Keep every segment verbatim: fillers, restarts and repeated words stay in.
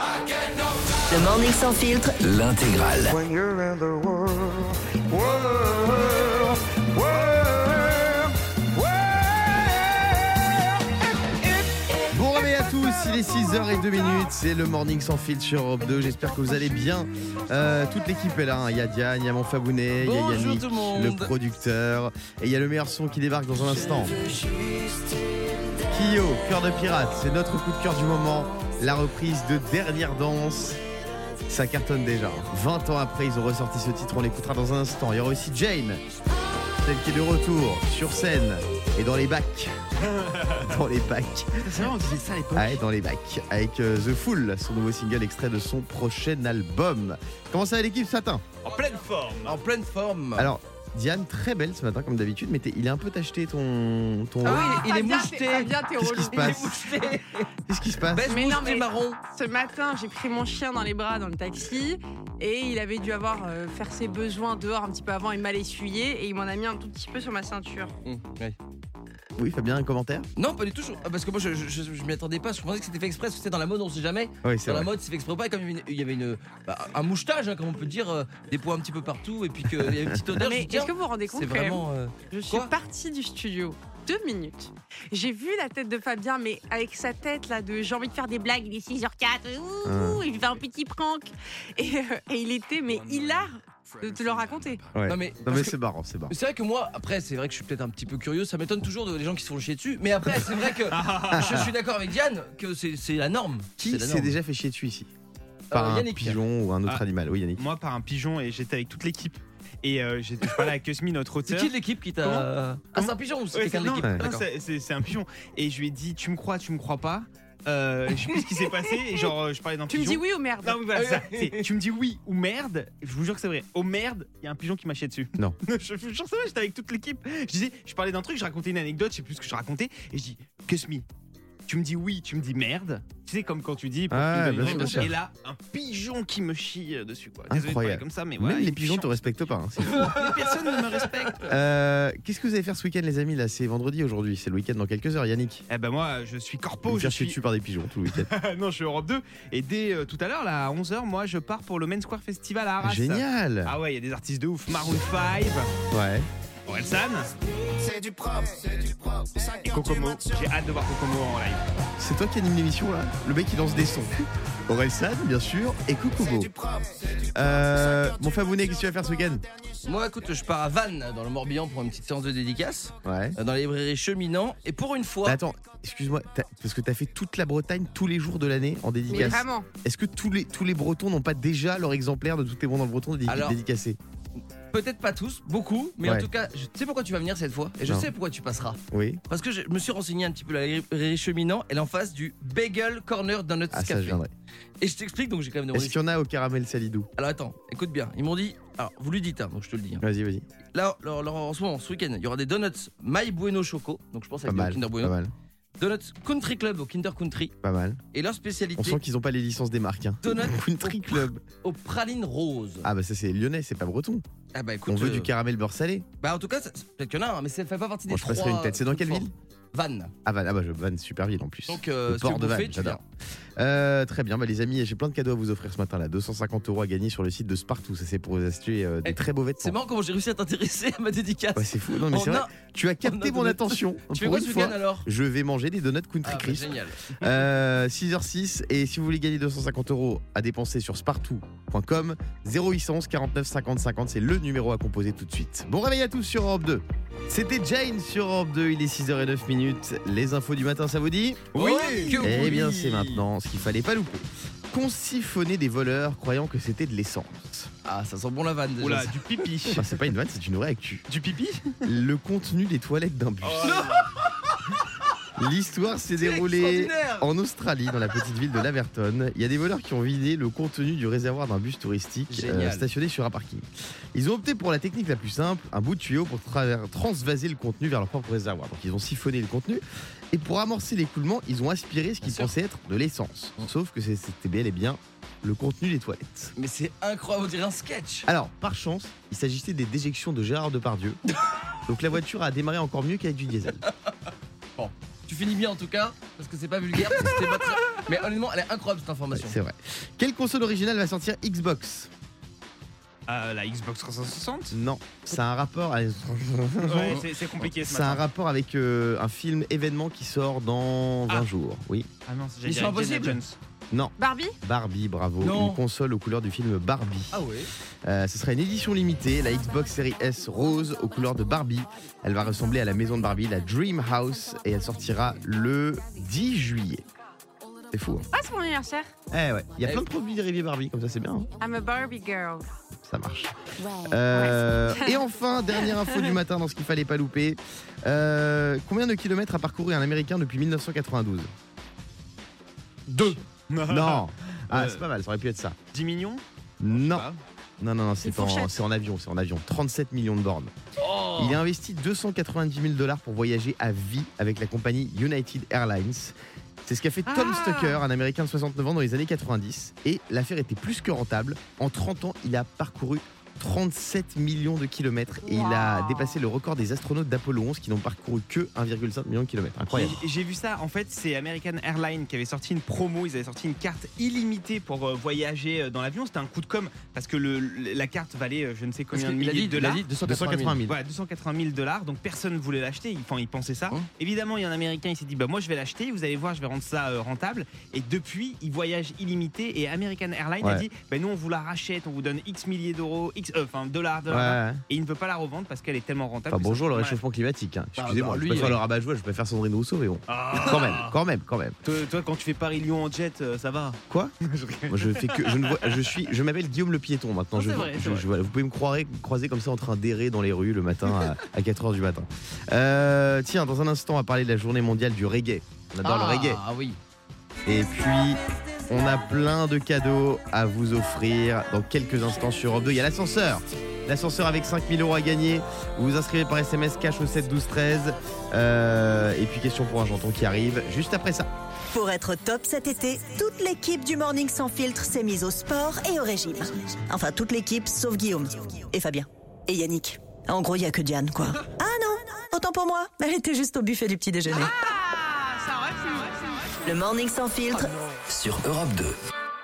Le Morning Sans Filtre, l'intégrale. Bon réveil à tous, il est six heures zéro deux minutes, c'est le Morning Sans Filtre sur Europe deux, j'espère que vous allez bien. Euh, toute l'équipe est là, hein. Il y a Diane, il y a mon Fabounet, il y a Yannick, le, le producteur, et il y a le meilleur son qui débarque dans un instant. Kyo, Cœur de pirate, c'est notre coup de cœur du moment, la reprise de Dernière danse. Ça cartonne déjà. vingt ans après, ils ont ressorti ce titre, on l'écoutera dans un instant. Il y aura aussi Jane, celle qui est de retour sur scène et dans les bacs. Dans les bacs. C'est vrai, on disait ça à l'époque. Ah, dans les bacs. Avec euh, The Fool, son nouveau single extrait de son prochain album. Comment ça va l'équipe ce matin ? En pleine forme. En pleine forme. Alors, Diane, très belle ce matin comme d'habitude, mais il est un peu tacheté ton... ton... Ah oui, Ah, il est moucheté. Qu'est-ce qui se passe ? Qu'est-ce qui se passe ? Beige Mais non, mais marron. Ce matin, j'ai pris mon chien dans les bras dans le taxi et il avait dû avoir euh, faire ses besoins dehors un petit peu avant et mal essuyé et il m'en a mis un tout petit peu sur ma ceinture. Mmh, ouais. Oui, Fabien, un commentaire ? Non, pas du tout. je- Parce que moi, je, je, je, je m'y attendais pas. Je pensais que c'était fait exprès. Parce que c'était dans la mode, on sait jamais. Oui, c'est Dans la vrai. mode, c'est fait exprès ou pas. Et comme il y avait, une, il y avait une- bah, un mouchetage, hein, comme on peut dire, euh, des poils un petit peu partout, et puis qu'il y a une petite odeur. Non, je mais me dis, est-ce que vous vous rendez compte c'est quand même, vraiment. euh, je suis Quoi partie du studio deux minutes. J'ai vu la tête de Fabien, mais avec sa tête là de j'ai envie de faire des blagues, il est six heures quatre, ouh, il fait un petit prank. Et, euh, et il était mais hilar de te le raconter. Ouais. Non, mais, Non, parce mais que- c'est marrant, c'est marrant. C'est vrai que moi, après, c'est vrai que je suis peut-être un petit peu curieux. Ça m'étonne toujours de les gens qui se font chier dessus. Mais après, c'est vrai que je, je suis d'accord avec Diane que c'est c'est la norme. Qui C'est la s'est norme. déjà fait chier dessus ici ? Par Euh, un Yannick. pigeon ou un autre Ah. animal ? Oui, Yannick. Moi, par un pigeon, et j'étais avec toute l'équipe. Et euh, j'étais je parlais avec Cosmi, notre C'est auteur. qui de l'équipe qui t'a. Comment Ah, c'est un pigeon ou c'est Ouais, quelqu'un de non, l'équipe Ouais. non, D'accord. c'est- c'est c'est un pigeon. Et je lui ai dit, tu me crois, tu me crois pas. Euh, je sais plus ce qui s'est passé. Et genre, euh, je parlais d'un Tu me pigeon. dis oui ou merde? Non, mais voilà, Ah ça. oui. C'est, tu me dis oui ou merde. Je vous jure que c'est vrai. Au merde, il y a un pigeon qui m'a chié dessus. Non. je vous jure, c'est vrai, j'étais avec toute l'équipe. Je disais, je parlais d'un truc, je racontais une anecdote, je sais plus ce que je racontais. Et je dis, Cosmi, tu me dis oui, tu me dis merde. Tu sais, comme quand tu dis. pour Ah, qu'il bien donne sûr, une bien sûr. Et là, un pigeon qui me chie euh, dessus, quoi. Désolé de parler Incroyable. comme ça, mais Même voilà. les il pigeons me te respectent pas. hein, c'est fou. chie. Personne ne me respecte. Euh, Qu'est-ce que vous allez faire ce week-end, les amis ? Là, c'est vendredi aujourd'hui. C'est le week-end dans quelques heures. Yannick, Eh ben moi, je suis vous corpo, me je faire chier suis. dessus par des pigeons tout le week-end. non, je suis Europe deux. Et dès euh, tout à l'heure, là, à onze heures, moi, je pars pour le Main Square Festival à Arras. Génial. Ah ouais, il y a des artistes de ouf. Maroon five, Ouais. Orelsan et Kokomo. J'ai hâte de voir Kokomo en live. C'est toi qui anime l'émission là ? Le mec qui lance des sons. Orelsan, bien sûr, et Kokomo. Euh, mon Fabounet, qu'est-ce que tu vas faire ce week-end ? Moi, écoute, je pars à Vannes, dans le Morbihan, pour une petite séance de dédicace, Ouais. euh, dans les librairies Cheminant. Et pour une fois. Mais attends, excuse-moi, t'as- parce que t'as fait toute la Bretagne tous les jours de l'année en Mais dédicace. vraiment. Est-ce que tous les, tous les Bretons n'ont pas déjà leur exemplaire de Tout est bon dans le breton dédi- Alors, dédicacé ? Peut-être pas tous, beaucoup, mais Ouais. en tout cas, je sais pourquoi tu vas venir cette fois, et je Non. sais pourquoi tu passeras. Oui. Parce que je me suis renseigné un petit peu, la librairie Cheminant, elle est en face du Bagel Corner Donuts Ah, ça, Café. je viendrai. Et je t'explique, donc j'ai quand même demandé. Est-ce qu'il y en a au caramel salidou ? Alors attends, écoute bien, ils m'ont dit, alors vous lui dites, hein, donc je te le dis. hein. Vas-y, vas-y. Là, alors, alors, en ce moment, ce week-end, il y aura des donuts My Bueno Choco, donc je pense Pas avec le mal. Kinder Pas Bueno. mal. Donuts Country Club au Kinder Country, Pas mal. et leur On spécialité, sent qu'ils n'ont pas les licences des marques. Hein. Donut Country Club. aux pralines roses. Ah bah ça c'est lyonnais, c'est pas breton. Ah bah écoute, On veut euh, du caramel beurre salé. bah en tout cas, ça- peut-être qu'il y en a, hein, mais ça fait pas partie des Bon, je trois. passerai une tête. C'est dans trucs quelle forts. ville ? Vannes. Ah bah, ah bah je vanne super ville en plus. Donc, euh, Le si tu port veux de bouffer, Vannes, tu j'adore. viens. Euh, très bien, bah les amis, j'ai plein de cadeaux à vous offrir ce matin là. deux cent cinquante euros à gagner sur le site de Spartoo. Ça c'est pour vous acheter euh, des Eh, très beaux C'est vêtements. marrant comment j'ai réussi à t'intéresser à ma dédicace. Ouais, c'est fou. Non mais En c'est vrai. un- Tu as en capté un mon donut. attention. Tu fais Pour quoi une ce fois, week-end alors? je vais manger des donuts country Ah, bah, crisp. génial. Euh, six heures six et si vous voulez gagner deux cent cinquante euros à dépenser sur spartoo point com, zéro huit cent onze quarante-neuf cinquante cinquante, c'est le numéro à composer tout de suite. Bon réveil à tous sur Europe deux. C'était Jane sur Europe deux, il est six heures zéro neuf minutes. Les infos du matin, ça vous dit ? Oui, que Eh oui. bien c'est maintenant ce qu'il fallait pas louper. Qu'on siphonnait des voleurs croyant que c'était de l'essence. Ah, ça sent bon la vanne déjà. Oula, ça. du pipi. Enfin, c'est pas une vanne, c'est une vraie actu. Du pipi Le contenu des toilettes d'un bus. L'histoire s'est C'est déroulée extraordinaire. en Australie, dans la petite ville de Laverton. Il y a des voleurs qui ont vidé le contenu du réservoir d'un bus touristique Génial. stationné sur un parking. Ils ont opté pour la technique la plus simple, un bout de tuyau pour travers- transvaser le contenu vers leur propre réservoir. Donc ils ont siphonné le contenu et pour amorcer l'écoulement, ils ont aspiré ce qu'ils Bien sûr. pensaient être de l'essence. Sauf que c'est- c'était bel et bien le contenu des toilettes. Mais c'est incroyable, on dirait un sketch. Alors, par chance, il s'agissait des déjections de Gérard Depardieu. Donc la voiture a démarré encore mieux qu'avec du diesel. Tu finis bien en tout cas. parce que c'est pas vulgaire, parce que c'était pas très... Mais honnêtement, elle est incroyable cette information. C'est vrai. Quelle console originale va sortir Xbox? Euh, la Xbox trois cent soixante. Non, c'est un rapport. Allez, Ouais, c'est- c'est compliqué ce C'est un matin. rapport avec euh, un film événement qui sort dans vingt Ah. jours. Oui. Ah non, c'est Mission Impossible. Non. Barbie? Barbie, bravo. Non. Une console aux couleurs du film Barbie. Ah ouais. Euh, ce sera une édition limitée, la Xbox Series S rose aux couleurs de Barbie. Elle va ressembler à la maison de Barbie, la Dream House, et elle sortira le dix juillet. C'est fou. Hein. Ah, c'est mon anniversaire. Eh ouais, il y a Eh. plein de produits dérivés Barbie, comme ça c'est bien. Hein. I'm a Barbie girl. Ça marche. Euh, et enfin, dernière info du matin dans ce qu'il fallait pas louper. Euh, combien de kilomètres a parcouru un Américain depuis mille neuf cent quatre-vingt-douze? Deux. Non. Ah, Euh, c'est pas mal, ça aurait pu être ça. dix millions. Non. Pas. Non, non, non, c'est Une en, fourchette. c'est en avion, c'est en avion. trente-sept millions de bornes. Oh. Il a investi deux cent quatre-vingt-dix mille dollars pour voyager à vie avec la compagnie United Airlines. C'est ce qu'a fait Tom Ah. Stucker, un Américain de soixante-neuf ans dans les années quatre-vingt-dix. Et l'affaire était plus que rentable. En trente ans, il a parcouru trente-sept millions de kilomètres et il a Wow. dépassé le record des astronautes d'Apollo onze qui n'ont parcouru que un virgule cinq million de kilomètres. Incroyable. J'ai- J'ai vu ça, en fait, c'est American Airlines qui avait sorti une promo, ils avaient sorti une carte illimitée pour euh, voyager euh, dans l'avion. C'était un coup de com' parce que le, le- la carte valait euh, je ne sais Parce combien de qu'il a milliers dit, de il a dollars. dit deux cent quatre-vingt mille. Voilà, deux cent quatre-vingt mille dollars, donc personne ne voulait l'acheter, enfin il pensait ça. Hum. Évidemment, il y a un Américain, il s'est dit bah moi je vais l'acheter, vous allez voir, je vais rendre ça euh, rentable. Et depuis, il voyage illimité et American Airlines a Ouais. dit bah nous on vous la rachète, on vous donne X milliers d'euros, X, euh, enfin dollars, dollars, Ouais. et il ne peut pas la revendre parce qu'elle est tellement rentable. Enfin, que ça bonjour le fait mal. réchauffement climatique. Hein. Excusez-moi, bah, je lui, peux faire oui. le rabat-joie, je peux faire Sandrine Rousseau, mais bon. Ah. Quand même, quand même, quand même. Toi, toi, quand tu fais Paris-Lyon en jet, euh, ça va. Quoi? Moi, je fais que je ne vois, je suis, je m'appelle Guillaume le piéton maintenant. Non, Je, c'est vrai, c'est je- vrai. je- voilà, vous pouvez me croiser, croiser comme ça en train d'errer dans les rues le matin à, à quatre heures du matin. Euh, tiens, dans un instant, on va parler de la journée mondiale du reggae. On adore le reggae. Ah oui. Et puis, on a plein de cadeaux à vous offrir dans quelques instants sur Europe deux. Il y a l'ascenseur. L'ascenseur avec cinq mille euros à gagner. Vous vous inscrivez par S M S cash au sept douze treize. Euh, et puis, question pour un janton qui arrive juste après ça. Pour être top cet été, toute l'équipe du Morning Sans Filtre s'est mise au sport et au régime. Enfin, toute l'équipe sauf Guillaume et Fabien et Yannick. En gros, il n'y a que Diane, quoi. Ah non, autant pour moi, elle était juste au buffet du petit déjeuner. Ah, ça aurait pu, ouais, c'est vrai. Le Morning Sans Filtre, Sur Europe deux.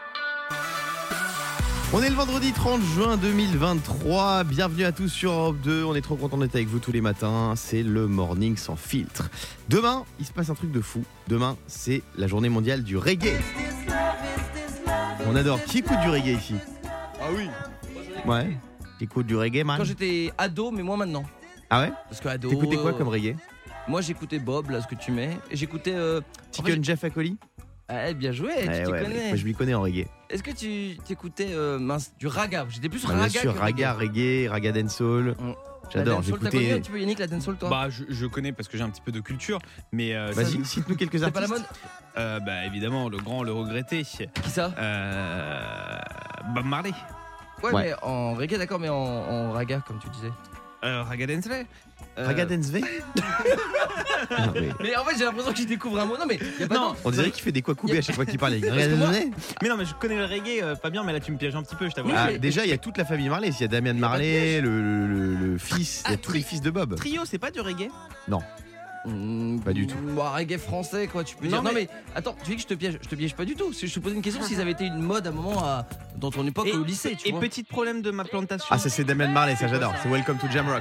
On est le vendredi trente juin deux mille vingt-trois. Bienvenue à tous sur Europe deux. On est trop content d'être avec vous tous les matins. C'est le Morning Sans Filtre. Demain, il se passe un truc de fou. Demain, c'est la journée mondiale du reggae. On adore. Qui écoute du reggae ici? Ah oui. Ouais. Qui écoute du reggae, man? Quand j'étais ado, mais moi maintenant. Ah ouais? Parce que ado. T'écoutais quoi euh, comme reggae? Moi j'écoutais Bob, là ce que tu mets. Et j'écoutais. Euh, en fait, Chicken Jeff Acoli? eh, bien joué, tu Eh t'y ouais, connais. moi, je m'y connais en reggae. Est-ce que tu t'écoutais euh, mince, du raga? J'étais plus Ah, raga. bien sûr, que raga, reggae, raga dancehall. Mm. J'adore, La dancehall, t'as connu un j'écoutais. petit peu Yannick la dancehall toi? Bah, je, je connais parce que j'ai un petit peu de culture, mais euh, Vas-y, ça- cite-nous quelques C'est pas la artistes. mode? euh, bah évidemment le grand, le regretté, Qui ça? euh, Bob Marley, Ouais, Ouais. mais en reggae d'accord, mais en, en raga comme tu disais. euh, Raga Densley, euh, Raga Dance V? Non, mais Mais en fait j'ai l'impression qu'il découvre un mot. Non mais y a pas Non. de- on dirait qu'il fait des quoi couper à chaque fois qu'il parle. Raga que moi- Dance V? Mais non, mais je connais le reggae, euh, pas bien, mais là tu me pièges un petit peu, je t'avoue. Oui, Ah, mais- déjà, il y a toute la famille Marley. Il y a Damien Il y a pas de Marley, le, le- le- le fils, il y a Ah, tous les fils de Bob. Trio, c'est pas du reggae? Mmh, Pas du tout. Bah, reggae français quoi, tu peux Non, dire. Non mais- mais attends, tu dis que je te piège, je te piège pas du tout. Je te posais une question si ça avait été une mode à un moment à- dans ton époque au lycée, tu et vois. petit problème de ma plantation. Ah, ça c'est Damien Marley, ça j'adore. C'est Welcome to Jamrock.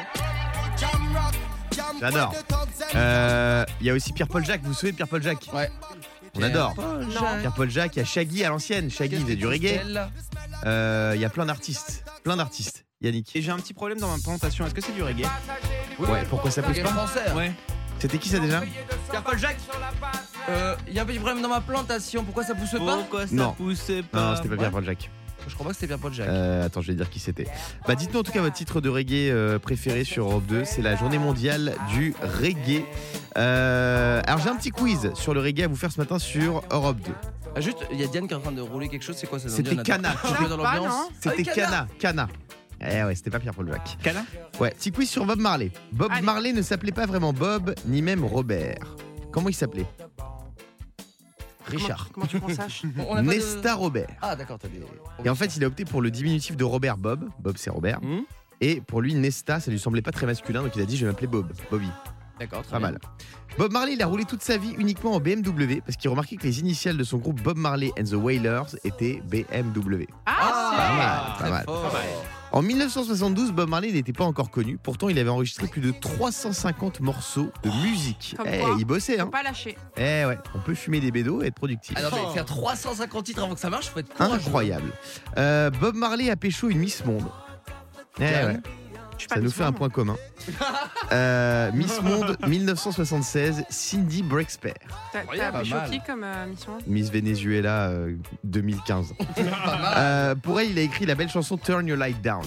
J'adore. Euh, Il y a aussi Pierre-Paul Jacques. Vous vous souvenez de Pierre-Paul Jacques? Ouais. On adore. Pierre-Paul Non. Jacques. Pierre-Paul Jacques, il y a Shaggy à l'ancienne. Shaggy, il Qu'est-ce faisait que du tu reggae. fais, là? Euh, Il y a plein d'artistes. Plein d'artistes. Yannick. Et j'ai un petit problème dans ma plantation, est-ce que c'est du reggae? Ouais, pourquoi ça pousse Reggae pas? français. Ouais. C'était qui ça déjà? Pierre-Paul Jacques. Euh, Il y a un petit problème dans ma plantation. Pourquoi ça pousse pas? Pourquoi ça Non. pousse Non, pas? non, c'était pas Pierre-Paul Jacques. Je crois pas que c'était Pierre-Paul Jacques. Euh, attends, je vais dire qui c'était. Bah, dites-nous en tout cas votre titre de reggae euh, préféré sur Europe deux. C'est la journée mondiale du reggae. Euh, alors, j'ai un petit quiz sur le reggae à vous faire ce matin sur Europe deux. Ah, juste, il y a Diane qui est en train de rouler quelque chose. C'est quoi ça? C'était Cana. Tu peux dans Pas, l'ambiance. non. C'était Ah, Cana. Cana. Eh ouais, c'était pas Pierre-Paul Jacques. Cana? Ouais, petit quiz sur Bob Marley. Bob Allez. Marley ne s'appelait pas vraiment Bob, ni même Robert. Comment il s'appelait? Richard. Comment, comment tu prends ça? On a pas de- Nesta Robert. Ah d'accord, t'as des. Et en fait, il a opté pour le diminutif de Robert Bob. Bob, c'est Robert. Hmm. Et pour lui, Nesta, ça lui semblait pas très masculin, donc il a dit je vais m'appeler Bob. Bobby. D'accord, très Pas bien. mal. Bob Marley, il a roulé toute sa vie uniquement en B M W parce qu'il remarquait que les initiales de son groupe Bob Marley and the Wailers étaient B M W. Ah, Pas mal, très pas mal. fort. En dix-neuf cent soixante-douze, Bob Marley n'était pas encore connu. Pourtant, il avait enregistré plus de trois cent cinquante morceaux de musique. Comme Eh, quoi, il bossait, faut hein. pas lâcher. Eh ouais, on peut fumer des bédos et être productif. Alors, mais faire trois cent cinquante titres avant que ça marche, faut être courageux. Incroyable. Euh, Bob Marley a pécho une Miss Monde. Eh Diane. ouais. Je suis pas Ça nous Miss fait un Monde. point commun. Euh, Miss Monde mille neuf cent soixante-seize, Cindy Brexper. T'as Incroyable, t'as pas pécho mal. qui comme euh, mission Miss Venezuela euh, deux mille quinze. Pas mal. Euh, pour elle, il a écrit la belle chanson Turn Your Light Down.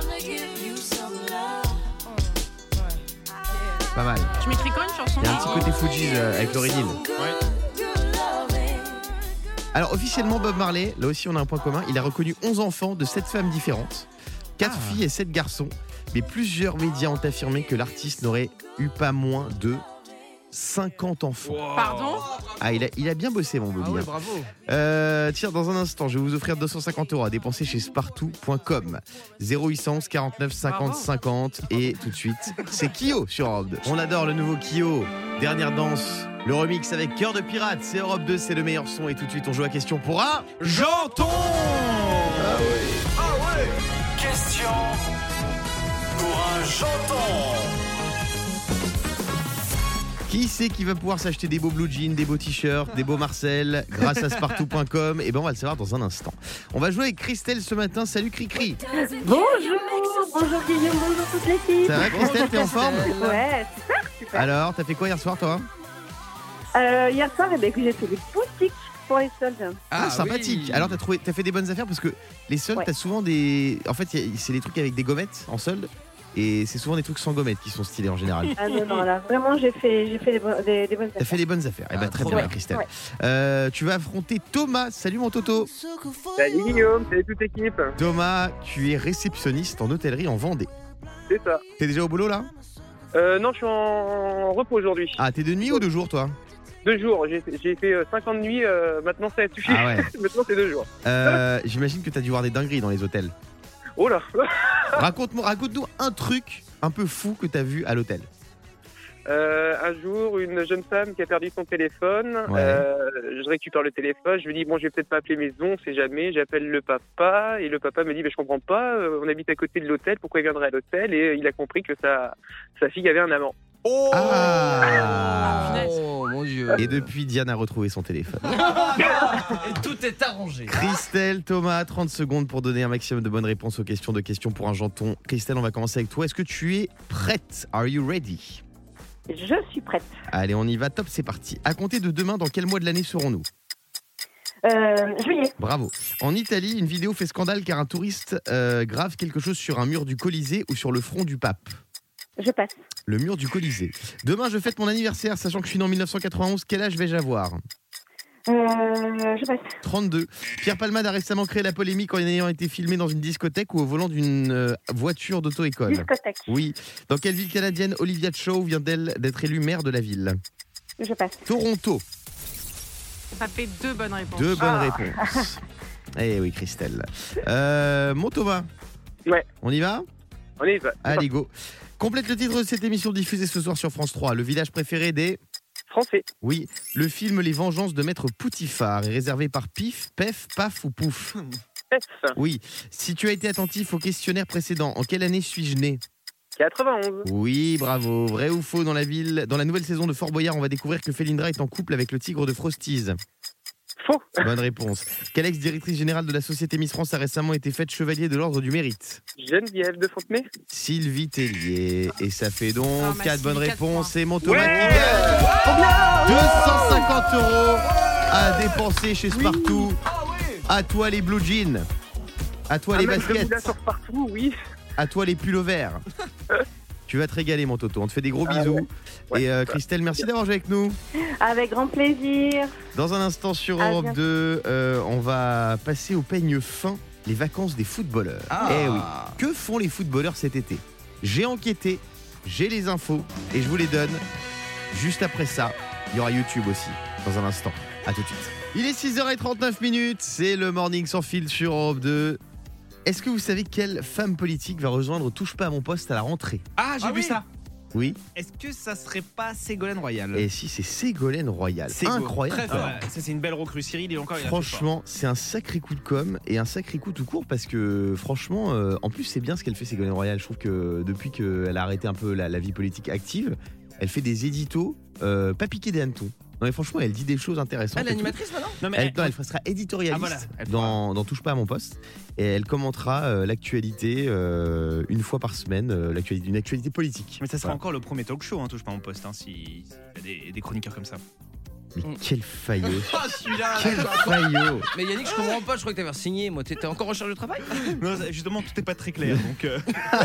Pas mal. Tu m'écris quand une chanson Il y a un petit côté Fugees euh, avec Lauryn Hill. Alors officiellement Bob Marley, là aussi on a un point commun, il a reconnu onze enfants de sept femmes différentes, quatre Ah. filles et sept garçons, mais plusieurs médias ont affirmé que l'artiste n'aurait eu pas moins de cinquante enfants. Pardon Ah, il a, il a bien bossé mon Bobby. Ah ouais, hein. bravo. Euh, tiens, dans un instant, je vais vous offrir deux cent cinquante euros à dépenser chez spartou point com. zéro huit cent onze quarante-neuf cinquante Bravo. cinquante. Et tout de suite, c'est Kyo sur Europe deux. On adore le nouveau Kyo. Dernière danse, le remix avec Cœur de Pirate. C'est Europe deux, c'est le meilleur son. Et tout de suite, on joue à question pour un. J'entends. Question pour un janton. Qui c'est qui va pouvoir s'acheter des beaux blue jeans, des beaux t-shirts, des beaux Marcel grâce à spartou point com? Et ben on va le savoir dans un instant. On va jouer avec Christelle ce matin. Salut Cricri. Bonjour, bonjour Guillaume, bonjour toute l'équipe. Ça va Christelle, t'es en forme? Ouais, super, super. Alors, t'as fait quoi hier soir toi? Euh, hier soir, eh ben, j'ai fait des boutiques pour les soldes. Ah, sympathique. oui. Alors t'as trouvé, t'as fait des bonnes affaires parce que les soldes, Ouais. t'as souvent des, en fait, y a- c'est des trucs avec des gommettes en solde et c'est souvent des trucs sans gommettes qui sont stylés en général. Ah non, non, là, vraiment, j'ai fait, j'ai fait des, bo- des, des bonnes T'as affaires. fait des bonnes affaires. Eh ben Ah, très trop bien, bien. Christelle. Ouais. Euh, tu vas affronter Thomas. Salut mon Toto. Salut Guillaume, salut toute l'équipe. Thomas, tu es réceptionniste en hôtellerie en Vendée. C'est ça. T'es déjà au boulot là? Euh, non, je suis en repos aujourd'hui. Ah, t'es de nuit ou de jour toi? Deux jours. J'ai j'ai fait euh, cinquante nuits. euh, maintenant, ça a suffi. Ah ouais. maintenant, c'est deux jours. Euh, J'imagine que t'as dû voir des dingueries dans les hôtels. Oh là. Raconte-moi, raconte-nous un truc un peu fou que t'as vu à l'hôtel. Euh, un jour, une jeune femme qui a perdu son téléphone. Ouais. Euh, je récupère le téléphone. Je me dis, bon, je vais peut-être pas appeler maison, on sait jamais. J'appelle le papa. Et le papa me dit, mais je comprends pas. euh, On habite à côté de l'hôtel. Pourquoi il viendrait à l'hôtel? Et euh, il a compris que sa, sa fille avait un amant. Ah. Oh mon dieu. Et depuis, Diane a retrouvé son téléphone. Et tout est arrangé. Christelle, Thomas, trente secondes pour donner un maximum de bonnes réponses aux questions de questions pour un janton. Christelle, on va commencer avec toi. Est-ce que tu es prête? Are you ready? Je suis prête. Allez, on y va. Top, c'est parti. À compter de demain, dans quel mois de l'année serons-nous? Euh, juillet, Bravo. En Italie, une vidéo fait scandale car un touriste euh, grave quelque chose sur un mur du Colisée ou sur le front du pape. je passe. Le mur du Colisée. Demain, je fête mon anniversaire, sachant que je suis né en mille neuf cent quatre-vingt-onze. Quel âge vais-je avoir? Euh, je passe. trente-deux. Pierre Palmade a récemment créé la polémique en ayant été filmé dans une discothèque ou au volant d'une euh, voiture d'auto-école. Discothèque, Oui. Dans quelle ville canadienne Olivia Chow vient-elle d'être élue maire de la ville? je passe. Toronto. Ça fait deux bonnes réponses. Deux bonnes Ah. réponses. Eh oui, Christelle. Euh, mon Thomas. Ouais. On y va? On y va. Allez, go. Complète le titre de cette émission diffusée ce soir sur France trois. Le village préféré des... Français. Oui. Le film Les Vengeances de Maître Poutifard est réservé par Pif, Pef, Paf ou Pouf? F. Oui. Si tu as été attentif au questionnaire précédent, en quelle année suis-je né? quatre-vingt-onze. Oui, bravo. Vrai ou faux, dans la ville, dans la nouvelle saison de Fort Boyard, on va découvrir que Felindra est en couple avec le tigre de Frosties. Faux. Bonne réponse. Quelle ex-directrice générale de la société Miss France a récemment été faite chevalier de l'ordre du mérite? Geneviève de Fontenay. Sylvie Tellier. Et ça fait donc Ah, ma quatre Sylvie, bonnes quatre réponses. points. Et mon Thomas Ouais. qui gagne deux cent cinquante euros à dépenser chez Spartou. À toi les blue jeans. À toi Ah, les même je baskets. la sors partout, oui. À toi les pulls verts. Tu vas te régaler mon Toto. On te fait des gros Ah bisous. ouais. Ouais. Et euh, Christelle, merci d'avoir joué avec nous. Avec grand plaisir. Dans un instant sur À Europe bientôt. deux, euh, on va passer au peigne fin, les vacances des footballeurs. Ah. Eh oui. Que font les footballeurs cet été? J'ai enquêté, j'ai les infos et je vous les donne. Juste après ça, il y aura YouTube aussi, dans un instant. À tout de suite. Il est six heures trente-neuf minutes, c'est le Morning sans fil sur Europe deux. Est-ce que vous savez quelle femme politique va rejoindre Touche pas à mon poste à la rentrée? Ah, j'ai Ah vu oui. ça. Oui. Est-ce que ça serait pas Ségolène Royal? Et si c'est Ségolène Royal. Ségo. Incroyable. Très fort. Ouais, ça c'est une belle recrue. Cyril, il est encore. Il est Franchement, c'est un sacré coup de com et un sacré coup tout court parce que franchement, euh, en plus c'est bien ce qu'elle fait Ségolène Royal. Je trouve que depuis qu'elle a arrêté un peu la, la vie politique active, elle fait des éditos euh, pas piqués des hannetons. Non mais franchement, elle dit des choses intéressantes. Elle est animatrice maintenant. Non mais Elle, elle, non, elle sera éditorialiste Ah, voilà, elle dans, dans Touche pas à mon poste et elle commentera euh, l'actualité euh, une fois par semaine, euh, l'actualité, une actualité politique. mais ça sera Voilà. encore le premier talk show, hein, touche pas mon poste, hein, si s'il y a des, des chroniqueurs comme ça. Mais quel faillot. Ah, celui-là. Quel faillot. Mais Yannick, je comprends pas, je crois que t'avais signé. Moi, t'étais encore en charge de travail. Non, justement, tout est pas très clair. Donc, euh...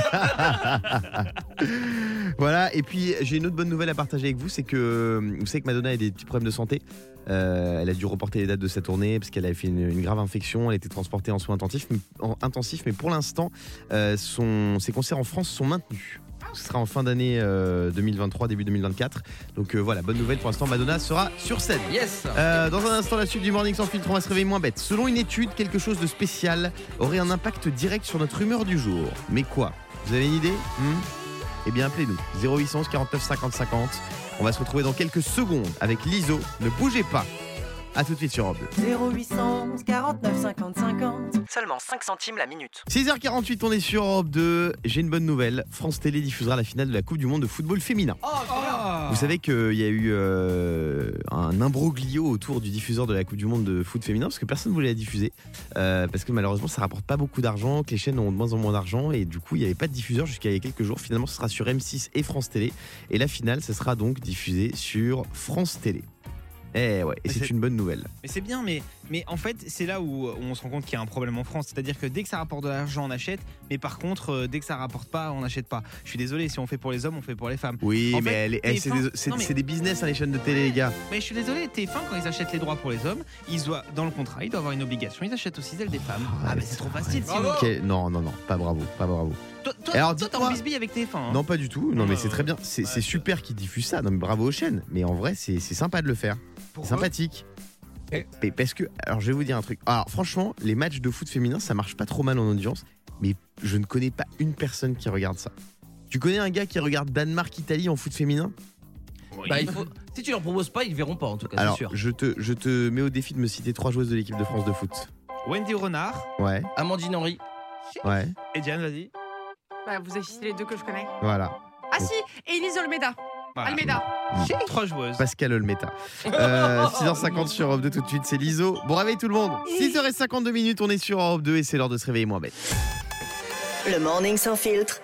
Voilà, et puis j'ai une autre bonne nouvelle à partager avec vous, c'est que vous savez que Madonna a des petits problèmes de santé. Euh, elle a dû reporter les dates de sa tournée parce qu'elle avait fait une, une grave infection. Elle était transportée en soins intensifs, en, intensifs mais pour l'instant, euh, son, ses concerts en France sont maintenus. Ce sera en fin d'année euh, deux mille vingt-trois, début deux mille vingt-quatre. Donc euh, voilà, bonne nouvelle pour l'instant, Madonna sera sur scène. Yes. Euh, dans un instant, la suite du Morning Sans Filtre, on va se réveiller moins bête. Selon une étude, quelque chose de spécial aurait un impact direct sur notre humeur du jour. Mais quoi? Vous avez une idée? hmm Eh bien, appelez-nous. zéro huit cent quarante-neuf cinquante cinquante. On va se retrouver dans quelques secondes avec l'I S O. Ne bougez pas. A tout de suite sur Europe Bleu. zéro huit cent quarante-neuf cinquante cinquante. Seulement cinq centimes la minute. six heures quarante-huit, on est sur Europe deux. J'ai une bonne nouvelle. France Télé diffusera la finale de la Coupe du Monde de football féminin. Oh, oh. Vous savez qu'il y a eu euh, un imbroglio autour du diffuseur de la Coupe du Monde de foot féminin parce que personne ne voulait la diffuser. Euh, parce que malheureusement, ça rapporte pas beaucoup d'argent, que les chaînes ont de moins en moins d'argent et du coup, il n'y avait pas de diffuseur jusqu'à il y a quelques jours. Finalement, ce sera sur M six et France Télé. Et la finale, ce sera donc diffusée sur France Télé. Eh ouais, et c'est, c'est une bonne nouvelle. Mais c'est bien, mais, mais en fait, c'est là où, où on se rend compte qu'il y a un problème en France. C'est-à-dire que dès que ça rapporte de l'argent, on achète, mais par contre, euh, dès que ça rapporte pas, on n'achète pas. Je suis désolé, si on fait pour les hommes, on fait pour les femmes. Oui, En mais fait, elle est- elle- c'est, T F un des, c'est- non, mais- c'est des business, hein, les chaînes de télé, les gars. Mais je suis désolé, T F un, quand ils achètent les droits pour les hommes, ils doivent, dans le contrat, ils doivent avoir une obligation. Ils achètent aussi celle des femmes. Ah, mais c'est trop facile, sinon. Ok, non, non, non, pas bravo, pas bravo. Toi, toi, Et alors, toi, t'es dites-moi- en bisbille avec T F un. hein. Non, pas du tout. Non, Non, mais euh, c'est très bien. C'est, ouais, c'est super qu'ils diffusent ça. Non, mais bravo aux chaînes. Mais en vrai, c'est, c'est sympa de le faire. C'est Pourquoi sympathique. Eh. Mais parce que, alors je vais vous dire un truc. Alors franchement, les matchs de foot féminin, ça marche pas trop mal en audience. Mais je ne connais pas une personne qui regarde ça. Tu connais un gars qui regarde Danemark-Italie en foot féminin? Oui. Bah, il faut... Si tu leur proposes pas, ils le verront pas en tout cas, Alors, c'est sûr. je te, je te mets au défi de me citer trois joueuses de l'équipe de France de foot. Wendy Renard Ouais, Amandine Henry. ouais, et Diane, vas-y. Bah, vous avez cité les deux que je connais. voilà. Ah si, Élise Olmeda. Voilà. Almeida. Trois joueuses. Pascal Olmeta. Euh, six heures cinquante sur Europe deux tout de suite, c'est l'I S O. Bon réveil tout le monde. six heures cinquante-deux minutes, on est sur Europe deux et c'est l'heure de se réveiller moins bête. Le Morning Sans Filtre.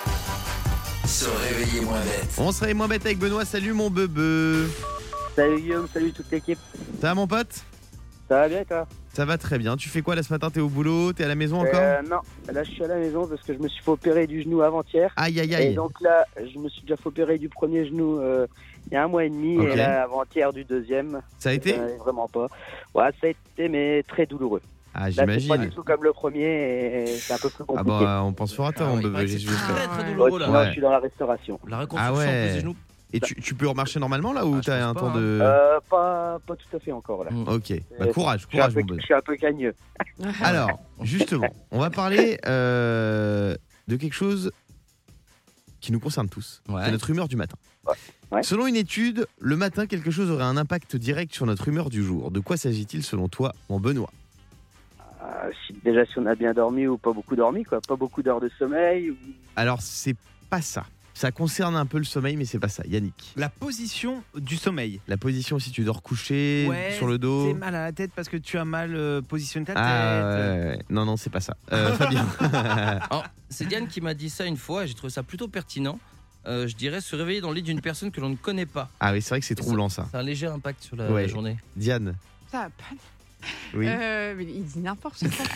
Se réveiller moins bête. On se réveille moins bête avec Benoît. Salut mon bebeu. Salut Guillaume, salut toute l'équipe. Ça va mon pote? Ça va bien et toi? Ça va très bien. Tu fais quoi là ce matin? T'es au boulot? T'es à la maison encore? Euh, Non, là je suis à la maison parce que je me suis fait opérer du genou avant-hier. Aïe aïe Et aïe. donc là, je me suis déjà fait opérer du premier genou euh, il y a un mois et demi. Ok. Et là, avant-hier du deuxième. Ça a été? Ça n'allait vraiment pas. Ouais, ça a été, mais très douloureux. Ah Là, c'est pas du j'imagine. tout comme le premier et c'est un peu plus Ah compliqué. bah on pense fort à toi Ah mon oui, il paraît bebeu. que c'est j'espère. très très Ouais. douloureux Ouais, là. sinon, Ouais. je suis dans la restauration. La reconstruction Ah ouais. des genoux. Et tu, tu peux remarcher normalement là ou Ah, je t'as pense un pas, temps hein. de... Euh, pas, pas tout à fait encore là. Mm. Ok, bah, courage, Je suis un courage peu, mon bebeu. je suis un peu cagneux. Alors, justement, on va parler euh, de quelque chose qui nous concerne tous. Ouais. C'est notre humeur du matin. Ouais. Selon une étude, le matin, quelque chose aurait un impact direct sur notre humeur du jour. De quoi s'agit-il selon toi, mon Benoît? Euh, si, déjà si on a bien dormi ou pas beaucoup dormi, quoi. Pas beaucoup d'heures de sommeil. Ou... Alors, c'est pas ça. Ça concerne un peu le sommeil, mais c'est pas ça. Yannick. La position du sommeil. La position, si tu dors couché, Ouais, sur le dos. C'est mal à la tête parce que tu as mal euh, positionné ta tête. Ah, ouais, ouais. Non, non, c'est pas ça. Euh, Fabien. Alors, c'est Diane qui m'a dit ça une fois et j'ai trouvé ça plutôt pertinent. Euh, je dirais se réveiller dans le lit d'une personne que l'on ne connaît pas. Ah oui, c'est vrai que c'est troublant ça. Ça a un léger impact sur la, Ouais. la journée. Diane. Ça va pas. Oui. Euh, mais il dit n'importe quoi.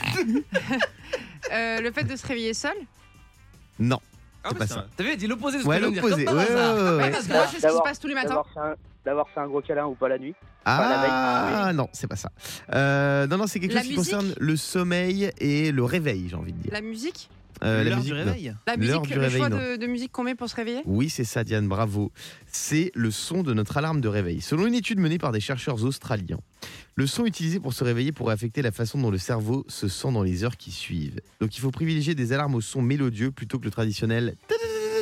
Euh, le fait de se réveiller seul. Non, Ah, c'est mais pas ça- ça. T'as vu, elle dit l'opposé de ce Ouais, que l'on dit. l'opposé. Comme par Ouais, hasard. ouais, ouais, Ouais, ouais. parce que moi, je sais ce qui se D'avoir- passe tous les matins. D'avoir fait, un, d'avoir fait un gros câlin ou pas la nuit. Enfin, la Ah veille. non, c'est pas ça. Euh, non, non, c'est quelque La chose qui musique concerne le sommeil et le réveil, j'ai envie de dire. La musique. Euh, la L'heure musique, du non. réveil. La L'heure musique, du le réveil, choix non. de, de musique qu'on met pour se réveiller. Oui, c'est ça, Diane, bravo. C'est le son de notre alarme de réveil. Selon une étude menée par des chercheurs australiens, le son utilisé pour se réveiller pourrait affecter la façon dont le cerveau se sent dans les heures qui suivent. Donc il faut privilégier des alarmes au son mélodieux plutôt que le traditionnel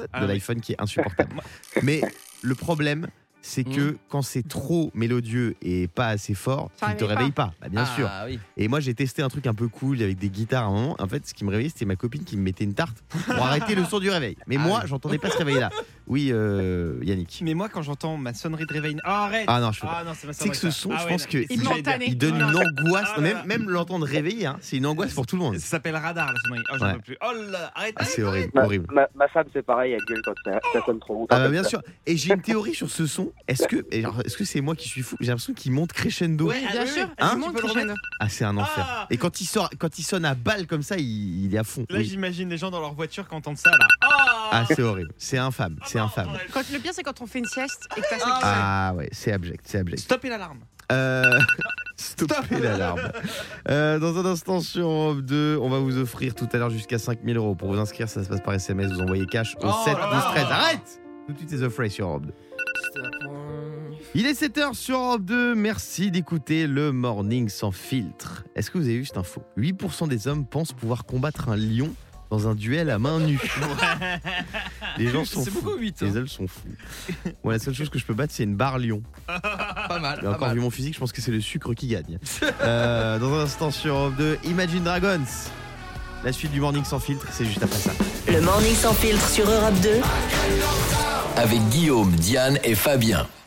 Ah de oui. l'iPhone qui est insupportable. Mais le problème, c'est que Mmh. quand c'est trop mélodieux et pas assez fort, Ça tu ne te réveille réveilles pas, Bah, bien ah, sûr. Oui. Et moi, j'ai testé un truc un peu cool avec des guitares à un moment. En fait, ce qui me réveillait, c'était ma copine qui me mettait une tarte pour arrêter le son du réveil. Mais Ah moi, oui. j'entendais pas ce réveil-là. Oui, euh, Yannick. Mais moi, quand j'entends ma sonnerie de réveil. Oh, arrête Ah non, je peux pas. Ah non, c'est ma C'est que ce sonnerie, son, ça. je Ah pense ouais, que non, Il c'est m'entanne. j'allais dire. il donne Ah une là angoisse. Ah là même là. même l'entendre réveiller, hein, c'est une angoisse pour tout le monde. Ça s'appelle radar, la sonnerie. Oh, j'en Ouais. peux plus. Oh là, arrête. Ah, c'est horrible, Ma, horrible. ma, ma femme, c'est pareil, elle gueule quand ça, ça sonne trop longtemps. Ah bah comme bien ça. sûr. Et j'ai une théorie sur ce son. Est-ce que, et alors, est-ce que c'est moi qui suis fou? J'ai l'impression qu'il monte crescendo. Ouais, Bien ah, oui, sûr, oui. Hein tout le Tu monde peux le crescendo. Ah, c'est un enfer. Ah. Et quand il sort, quand il sonne à balle comme ça, il, il est à fond. Là, Oui. j'imagine les gens dans leur voiture qui entendent ça là. Ah, Ah, c'est horrible. C'est infâme. C'est infâme. Quand, le pire, c'est quand on fait une sieste et que t'as ça qui sonne. Ah ouais, c'est abject, c'est abject. Stoppez l'alarme. Euh... Stoppez l'alarme. Euh, dans un instant sur Europe deux, on va vous offrir tout à l'heure jusqu'à cinq mille euros. Pour vous inscrire, ça se passe par S M S. Vous envoyez cash au Oh sept là douze là. treize. Arrête! Tout de suite, c'est The Fray sur Europe deux. Il est sept heures sur Europe deux. Merci d'écouter le Morning sans filtre. Est-ce que vous avez vu cette info? huit pour cent des hommes pensent pouvoir combattre un lion dans un duel à main nue. Les gens sont C'est fous. beaucoup huit. Les hommes sont fous. Bon, la seule chose que je peux battre, c'est une barre lion. Pas mal. Et pas encore mal. vu mon physique, je pense que c'est le sucre qui gagne. Euh, dans un instant sur Europe deux, Imagine Dragons. La suite du Morning sans filtre, c'est juste après ça. Le Morning sans filtre sur Europe deux. Avec Guillaume, Diane et Fabien.